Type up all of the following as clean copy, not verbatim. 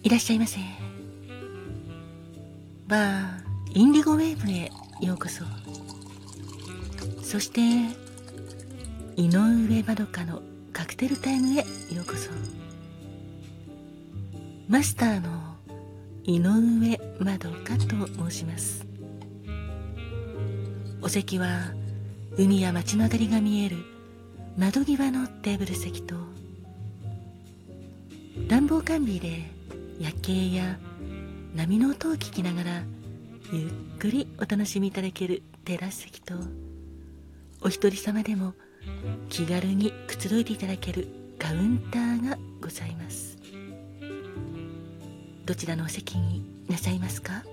いらっしゃいませ。バーインディゴウェーブへようこそ。そして井上まどかのカクテルタイムへようこそ。マスターの井上まどかと申します。お席は海や街の明かりが見える窓際のテーブル席と、暖房完備で夜景や波の音を聞きながらゆっくりお楽しみいただけるテラス席と、お一人様でも気軽にくつろいでいただけるカウンターがございます。どちらのお席になさいますか？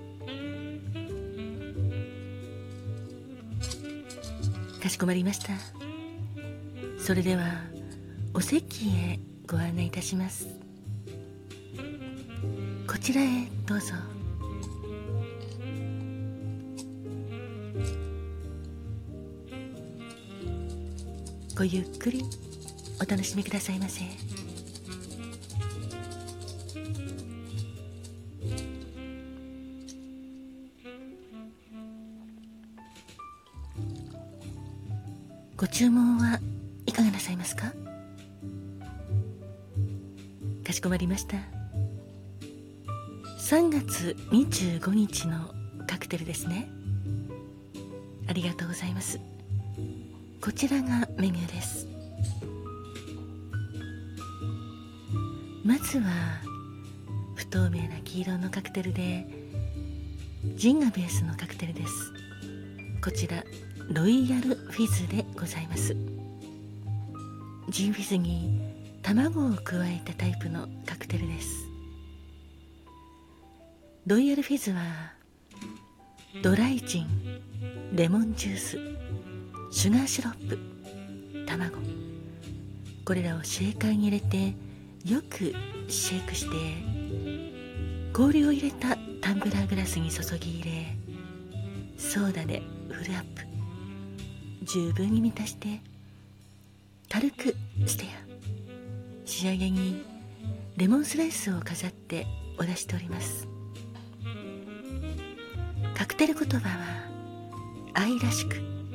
かしこまりました。それではお席へご案内いたします。こちらへどうぞ。ごゆっくりお楽しみくださいませ。ご注文はいかがなさいますか？かしこまりました。3月25日のカクテルですね。ありがとうございます。こちらがメニューです。まずは不透明な黄色のカクテルで、ジンがベースのカクテルです。こちらロイヤルフィズでございます。ジンフィズに卵を加えたタイプのカクテルです。ロイヤルフィズはドライジン、レモンジュース、シュガーシロップ、卵、これらをシェーカーに入れてよくシェイクして、氷を入れたタンブラーグラスに注ぎ入れ、ソーダでフルアップ、十分に満たして軽くステア、仕上げにレモンスライスを飾ってお出しております。カクテル言葉は愛らしく。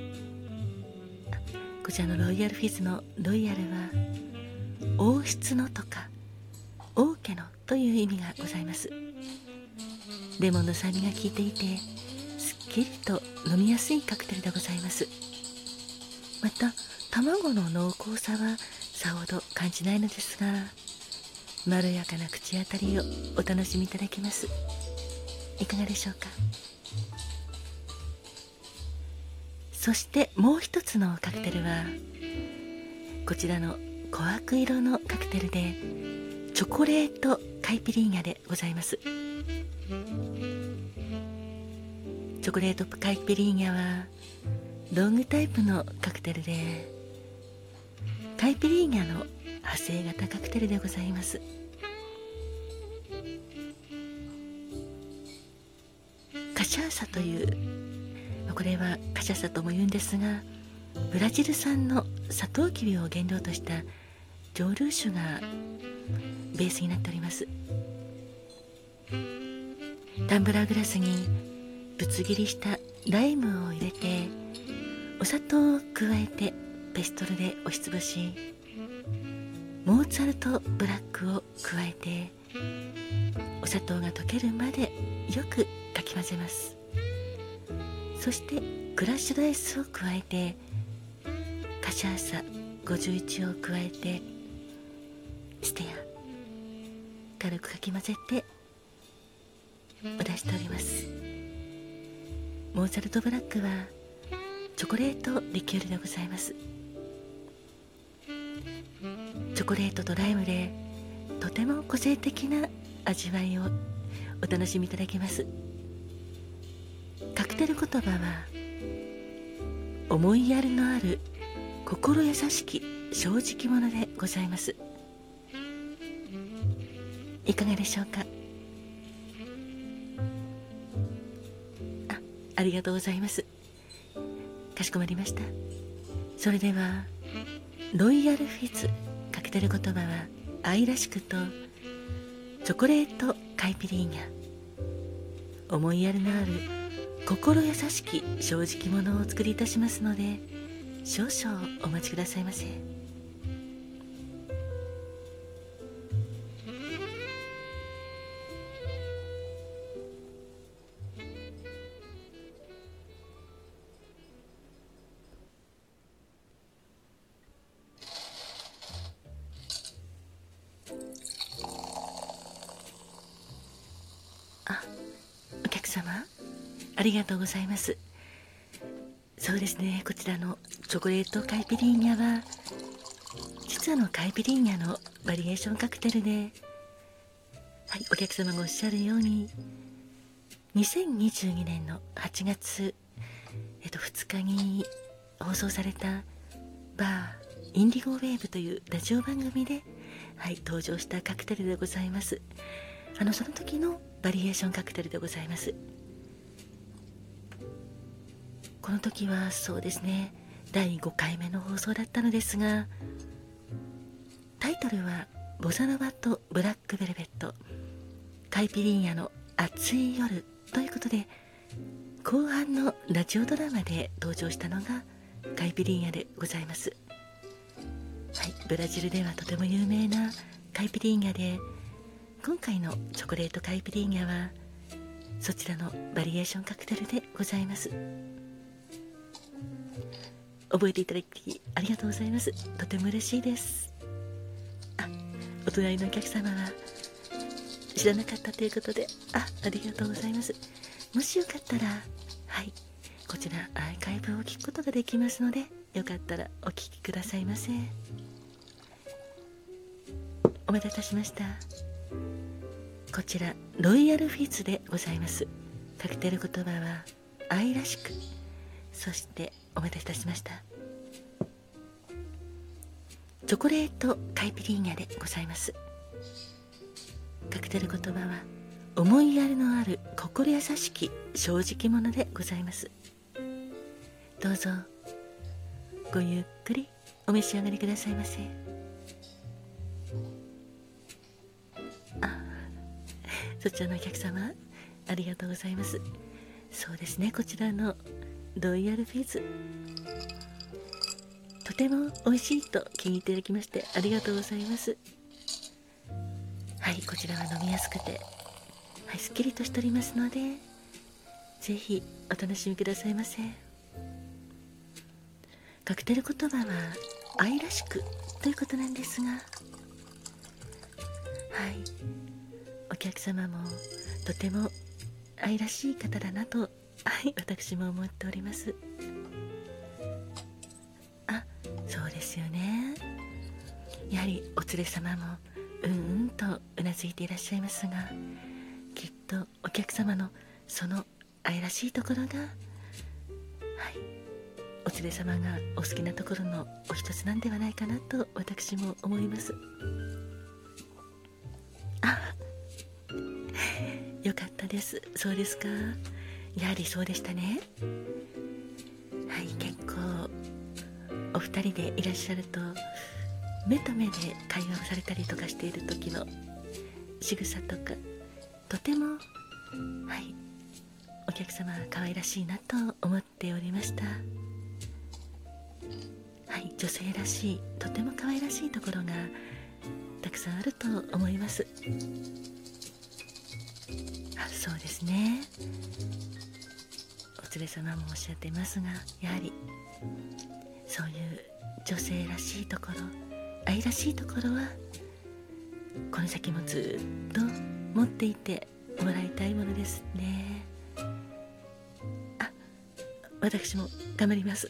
こちらのロイヤルフィズのロイヤルは王室のとか王家のという意味がございます。レモンの酸味が効いていてすっきりと飲みやすいカクテルでございます。また卵の濃厚さはさほど感じないのですが、まろやかな口当たりをお楽しみいただけます。いかがでしょうか？そしてもう一つのカクテルはこちらの琥珀色のカクテルで、チョコレートカイピリーニャでございます。チョコレートカイピリーニャはロングタイプのカクテルで、カイピリーニャの派生型カクテルでございます。カシャーサという、これはカシャーサとも言うんですが、ブラジル産のサトウキビを原料とした蒸留酒がベースになっております。タンブラーグラスにぶつ切りしたライムを入れて、お砂糖を加えてペストルで押しつぶし、モーツァルトブラックを加えて、お砂糖が溶けるまでよくかき混ぜます。そしてクラッシュドアイスを加えて、カシャーサ51を加えてステア、軽くかき混ぜてお出しております。モーツァルトブラックはチョコレートリキュールでございます。チョコレートとライムでとても個性的な味わいをお楽しみいただけます。カクテル言葉は思いやりのある心優しき正直者でございます。いかがでしょうか？ありがとうございます。かしこまりました。それではロイヤルフィズカクテル言葉は愛らしくと、 チョコレートカイピリーニャ、思いやりのある心優しき正直者をお作りいたしますので、少々お待ちくださいませ。お客様、ありがとうございます。そうですね、こちらのチョコレートカイピリーニャは、実はカイピリーニャのバリエーションカクテルで、はい、お客様がおっしゃるように、2022年の8月、2日に放送されたバーインディゴウェーブというラジオ番組で、はい、登場したカクテルでございます。その時のバリエーションカクテルでございます。この時はそうですね、第5回目の放送だったのですが、タイトルはボサノバとブラックベルベットカイピリーニャの暑い夜ということで、後半のラジオドラマで登場したのがカイピリーニャでございます。はい、ブラジルではとても有名なカイピリーニャで、今回のチョコレートカイピリーニャはそちらのバリエーションカクテルでございます。覚えていただきありがとうございます。とても嬉しいです。お隣のお客様は知らなかったということで、ありがとうございます。もしよかったら、はい、こちらアーカイブを聞くことができますので、よかったらお聞きくださいませ。お待たせいたしました。こちらロイヤルフィッツでございます。カクテル言葉は愛らしく、そしてお待たせいたしました、チョコレートカイピリーニャでございます。カクテル言葉は思いやりのある心優しき正直者でございます。どうぞごゆっくりお召し上がりくださいませ。そちらのお客様、ありがとうございます。そうですね、こちらのロイヤルフィッツ、とても美味しいと気に入っていただきましてありがとうございます。はい、こちらは飲みやすくて、はい、すっきりとしておりますので、ぜひお楽しみくださいませ。カクテル言葉は愛らしくということなんですが、はい、お客様もとても愛らしい方だなと、はい、私も思っております。そうですよね。やはりお連れ様もとうなずいていらっしゃいますが、きっとお客様のその愛らしいところが、はい、お連れ様がお好きなところのお一つなんではないかなと私も思います。よかったです。そうですか。やはりそうでしたね。はい、結構お二人でいらっしゃると、目と目で会話をされたりとかしている時の仕草とか、とても、はい、お客様が可愛らしいなと思っておりました。はい、女性らしい、とても可愛らしいところがたくさんあると思います。そうですね、お連れ様もおっしゃっていますが、やはりそういう女性らしいところ、愛らしいところはこの先もずっと持っていてもらいたいものですね。私も頑張ります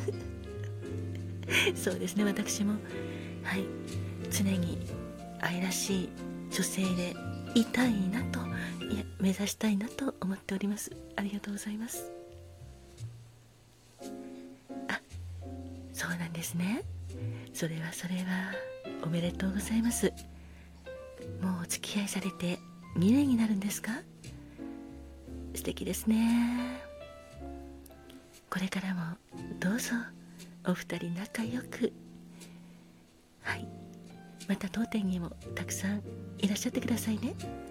そうですね、私も、はい、常に愛らしい女性でいたいなと、いや目指したいなと思っております。ありがとうございます。そうなんですね。それはおめでとうございます。もうお付き合いされて2年になるんですか？素敵ですね。これからもどうぞお二人仲良く、はい、 また当店にもたくさんいらっしゃってくださいね。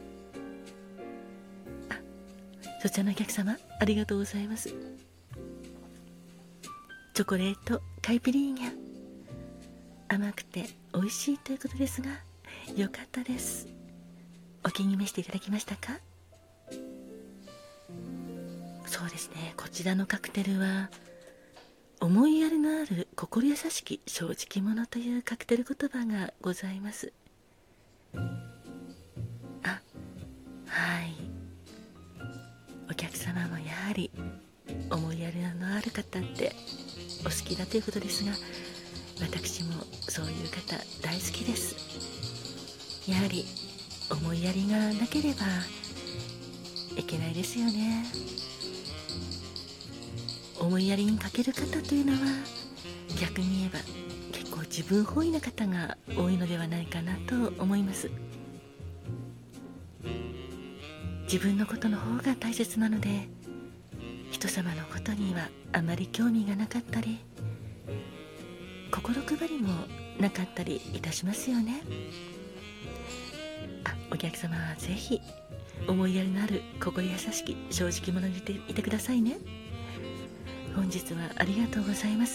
そちらのお客様、ありがとうございます。チョコレートカイピリーニャ、甘くて美味しいということですが、よかったです。お気に召していただきましたか？そうですね、こちらのカクテルは思いやりのある心優しき正直者というカクテル言葉がございます。はい、お客様もやはり思いやりのある方ってお好きだということですが、私もそういう方大好きです。やはり思いやりがなければいけないですよね。思いやりに欠ける方というのは逆に言えば結構自分本位な方が多いのではないかなと思います。自分のことの方が大切なので、人様のことにはあまり興味がなかったり、心配りもなかったりいたしますよね。お客様はぜひ思いやりのある心優しき正直者にいてくださいね。本日はありがとうございます。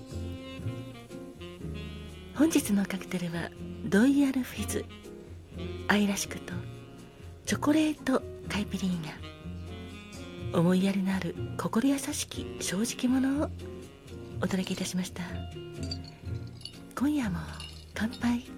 本日のカクテルはロイヤルフィズ愛らしくとチョコレートカイピリーニャ、思いやりのある心優しき正直者をお届けいたしました。今夜も乾杯。